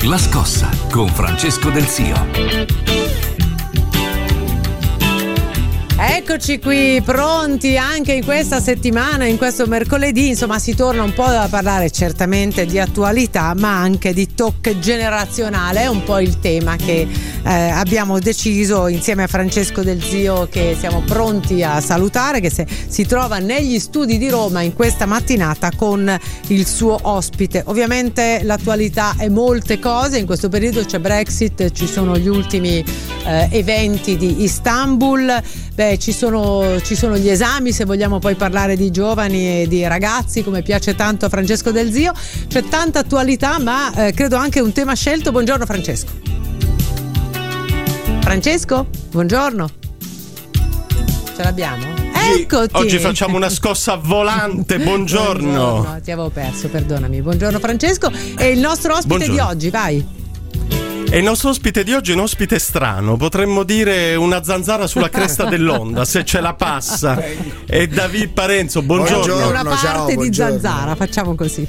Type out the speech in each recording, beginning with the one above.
La Scossa con Francesco Del Zio. Eccoci qui pronti anche in questa settimana, in questo mercoledì, insomma si torna un po' a parlare certamente di attualità ma anche di tocco generazionale, è un po' il tema che abbiamo deciso insieme a Francesco Del Zio, che siamo pronti a salutare, che si trova negli studi di Roma in questa mattinata con il suo ospite. Ovviamente l'attualità è molte cose, in questo periodo c'è Brexit, ci sono gli ultimi eventi di Istanbul, ci sono gli esami, se vogliamo poi parlare di giovani e di ragazzi come piace tanto a Francesco Del Zio, c'è tanta attualità ma credo anche un tema scelto. Buongiorno Francesco. Francesco, buongiorno. Ce l'abbiamo? Eccoti. Oggi facciamo una scossa volante. Buongiorno. Ti avevo perso, perdonami. Buongiorno Francesco. E il nostro ospite di oggi, vai. E il nostro ospite di oggi è un ospite strano, potremmo dire una zanzara sulla cresta dell'onda, se ce la passa. È David Parenzo, buongiorno. È una parte di zanzara, facciamo così.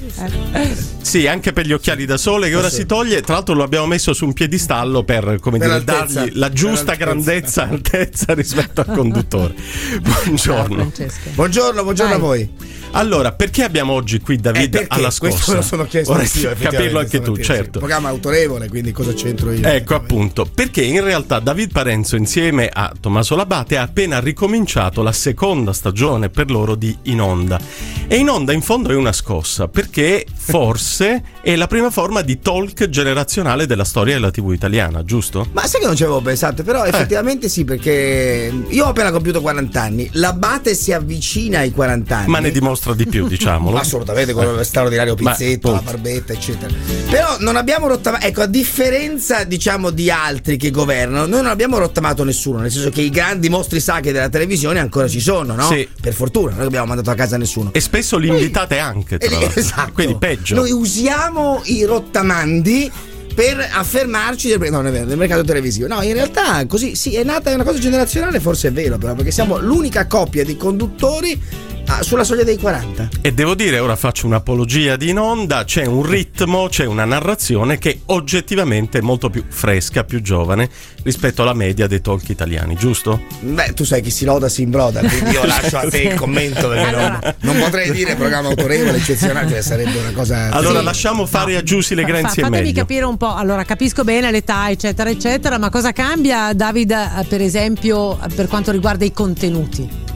Sì, anche per gli occhiali da sole che ora si toglie. Tra l'altro lo abbiamo messo su un piedistallo per dargli la giusta grandezza, altezza rispetto al conduttore. Buongiorno. Buongiorno a voi. Allora, perché abbiamo oggi qui David alla scossa? Questo me lo sono chiesto anch'io, capirlo anche tu, certo. Un programma autorevole, quindi cosa c'entro io? Ecco appunto, perché in realtà David Parenzo insieme a Tommaso Labate ha appena ricominciato la seconda stagione per loro di In Onda. E In Onda in fondo è una scossa, perché forse è la prima forma di talk generazionale della storia della TV italiana, giusto? Ma sai che non ci avevo pensato, però effettivamente sì, perché io ho appena compiuto 40 anni, Labate si avvicina ai 40 anni. Ma ne dimostra di più, diciamolo. Assolutamente, con lo straordinario pizzetto, la barbetta, eccetera. Però non abbiamo rottamato, ecco, a differenza diciamo di altri che governano, noi non abbiamo rottamato nessuno, nel senso che i grandi mostri sacri della televisione ancora ci sono, no? Sì. Per fortuna, non abbiamo mandato a casa nessuno. E spesso li invitate anche, tra l'altro. Esatto. Quindi peggio. Noi usiamo i rottamandi per affermarci non è vero, del mercato televisivo. No, in realtà così sì, è nata una cosa generazionale, forse è vero, però, perché siamo l'unica coppia di conduttori sulla soglia dei 40. E devo dire, ora faccio un'apologia di In Onda, c'è un ritmo, c'è una narrazione che oggettivamente è molto più fresca, più giovane rispetto alla media dei talk italiani, giusto? Beh, tu sai chi si loda si imbroda, quindi io lascio a te il commento, perché non potrei dire programma autorevole, eccezionale, cioè sarebbe una cosa. Allora lasciamo fare a Giussi le Grenzi e meglio. Fatemi capire un po', allora capisco bene l'età eccetera eccetera, ma cosa cambia, David, per esempio per quanto riguarda i contenuti?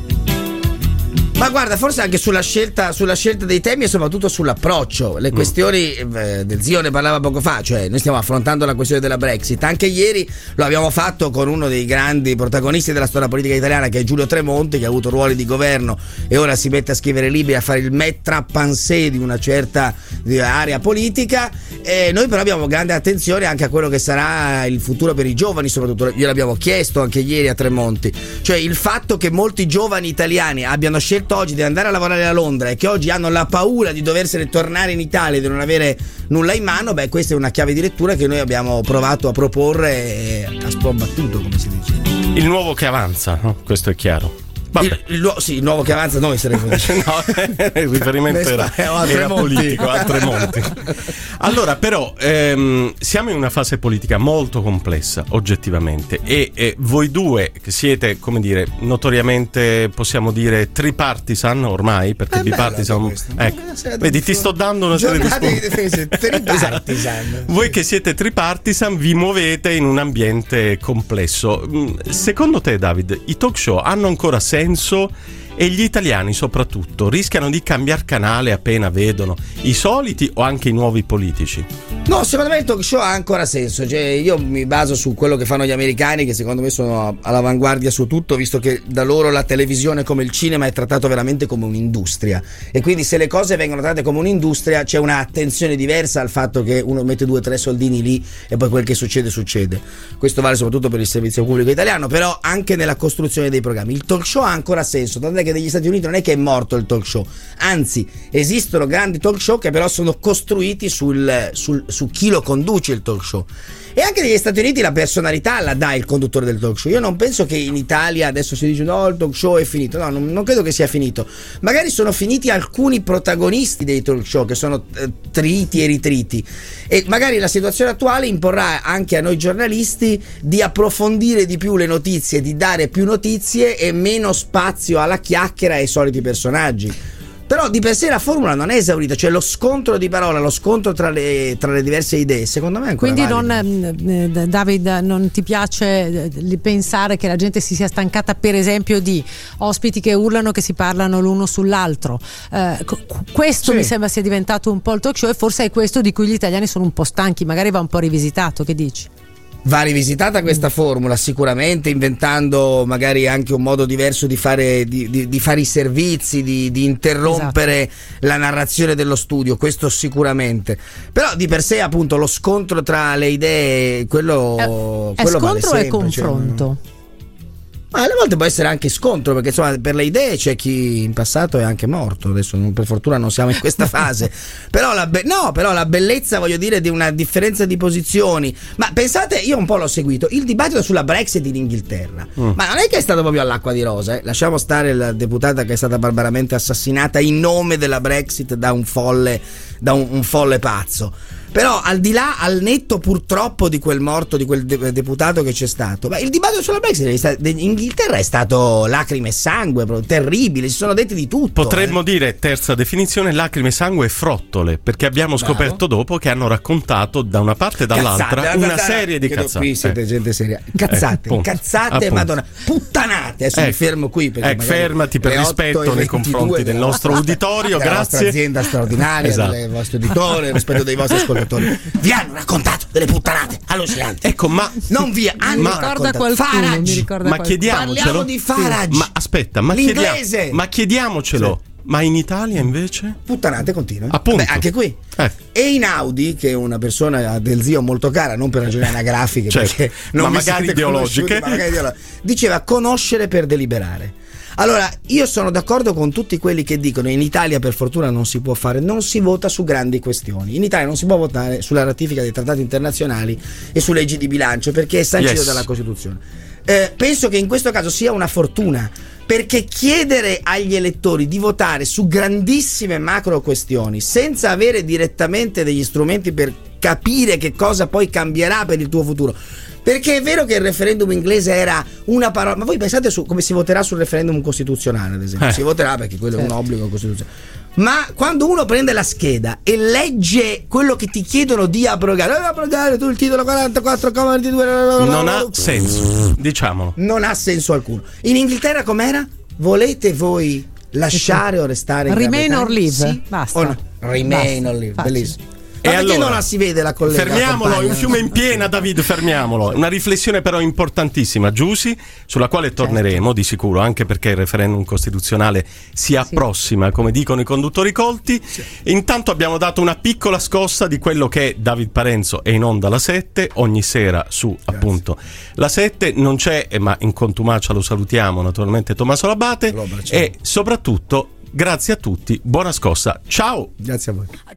Ma guarda, forse anche sulla scelta dei temi e soprattutto sull'approccio. Le questioni, Del Zio ne parlava poco fa, cioè noi stiamo affrontando la questione della Brexit. Anche ieri lo abbiamo fatto con uno dei grandi protagonisti della storia politica italiana, che è Giulio Tremonti, che ha avuto ruoli di governo e ora si mette a scrivere libri, a fare il maître à penser di una certa area politica. E noi però abbiamo grande attenzione anche a quello che sarà il futuro per i giovani, soprattutto gliel'abbiamo chiesto anche ieri a Tremonti, cioè il fatto che molti giovani italiani abbiano scelto oggi di andare a lavorare a Londra e che oggi hanno la paura di doversene tornare in Italia e di non avere nulla in mano, beh, questa è una chiave di lettura che noi abbiamo provato a proporre e a sprombattuto, come si dice. Il nuovo che avanza, no? Questo è chiaro. Il nuovo che avanza noi saremo. No, il riferimento era politico, a Tremonti. Allora, però siamo in una fase politica molto complessa, oggettivamente, e voi due che siete, come dire, notoriamente possiamo dire tripartisan ormai, perché bipartisan, ecco, vedi, ti sto dando una serie di spunti. Tripartisan. Voi che siete tripartisan vi muovete in un ambiente complesso. Secondo te, David, i talk show hanno ancora senso? E gli italiani soprattutto rischiano di cambiare canale appena vedono i soliti o anche i nuovi politici? No, secondo me il talk show ha ancora senso, cioè io mi baso su quello che fanno gli americani, che secondo me sono all'avanguardia su tutto, visto che da loro la televisione come il cinema è trattato veramente come un'industria, e quindi se le cose vengono trattate come un'industria c'è un'attenzione diversa al fatto che uno mette 2 o 3 soldini lì e poi quel che succede. Questo vale soprattutto per il servizio pubblico italiano, però anche nella costruzione dei programmi il talk show ha ancora senso, tant'è che che negli Stati Uniti non è che è morto il talk show, anzi esistono grandi talk show che però sono costruiti su chi lo conduce il talk show. E anche negli Stati Uniti la personalità la dà il conduttore del talk show. Io non penso che in Italia adesso si dice no, il talk show è finito. No, non credo che sia finito. Magari sono finiti alcuni protagonisti dei talk show che sono triti e ritriti, e magari la situazione attuale imporrà anche a noi giornalisti di approfondire di più le notizie, di dare più notizie e meno spazio alla chiacchiera e ai soliti personaggi. Però di per sé la formula non è esaurita, cioè lo scontro di parola, lo scontro tra le diverse idee, secondo me è ancora valido. Quindi David, non ti piace pensare che la gente si sia stancata, per esempio, di ospiti che urlano, che si parlano l'uno sull'altro? Questo mi sembra sia diventato un po' il talk show, e forse è questo di cui gli italiani sono un po' stanchi, magari va un po' rivisitato, che dici? Va rivisitata questa formula sicuramente, inventando magari anche un modo diverso di fare i servizi, di interrompere la narrazione dello studio, questo sicuramente. Però di per sé appunto lo scontro tra le idee, quello scontro vale sempre, o è confronto? Ma alle volte può essere anche scontro, perché insomma per le idee c'è chi in passato è anche morto, adesso per fortuna non siamo in questa fase. però la bellezza, voglio dire, di una differenza di posizioni. Ma pensate, io un po' l'ho seguito il dibattito sulla Brexit in Inghilterra, ma non è che è stato proprio all'acqua di rosa, lasciamo stare la deputata che è stata barbaramente assassinata in nome della Brexit da un folle pazzo. Però al di là, al netto purtroppo di quel morto, di quel deputato che c'è stato, il dibattito sulla Brexit in Inghilterra è stato lacrime e sangue, terribile, si sono detti di tutto. Potremmo dire, terza definizione, lacrime, sangue e frottole, perché abbiamo scoperto dopo che hanno raccontato da una parte e dall'altra una serie di cazzate. Qui siete gente seria. Cazzate, madonna, puttanate. Adesso mi fermo qui perché fermati per rispetto nei confronti del nostro uditorio, della grazie. Nostra azienda straordinaria, del vostro editore, rispetto dei vostri ascoltatori. Vi hanno raccontato delle puttanate allucinanti. Ecco, ma non vi hanno raccontato Farage. Ma chiediamocelo. Parliamo di Farage. Ma aspetta, ma chiediamocelo. Ma in Italia invece? Puttanate continue. Appunto. Anche qui. Einaudi, che è una persona del zio molto cara, non per ragioni anagrafiche, perché non ma magari ideologiche, diceva conoscere per deliberare. Allora, io sono d'accordo con tutti quelli che dicono in Italia per fortuna non si può fare, non si vota su grandi questioni. In Italia non si può votare sulla ratifica dei trattati internazionali e su leggi di bilancio, perché è sancito dalla Costituzione. Penso che in questo caso sia una fortuna, perché chiedere agli elettori di votare su grandissime macro questioni senza avere direttamente degli strumenti per capire che cosa poi cambierà per il tuo futuro. Perché è vero che il referendum inglese era una parola, ma voi pensate su come si voterà sul referendum costituzionale, ad esempio? Si voterà perché quello è un obbligo costituzionale. Ma quando uno prende la scheda e legge quello che ti chiedono di abrogare tu il titolo 44,22 non ha senso, diciamolo. Non ha senso alcuno. In Inghilterra com'era? Volete voi lasciare o restare in Remain or leave? Sì, basta. O no? Remain or leave, bellissimo. E perché allora, non la si vede la collega? Fermiamolo, è un fiume in piena, David, fermiamolo. Una riflessione però importantissima, Giusy, sulla quale torneremo di sicuro, anche perché il referendum costituzionale si approssima, come dicono i conduttori colti. Intanto abbiamo dato una piccola scossa di quello che è David Parenzo è in onda alla 7 ogni sera su appunto la 7. Non c'è, ma in contumacia lo salutiamo naturalmente, Tommaso Labate, e soprattutto grazie a tutti, buona scossa, ciao. Grazie a voi.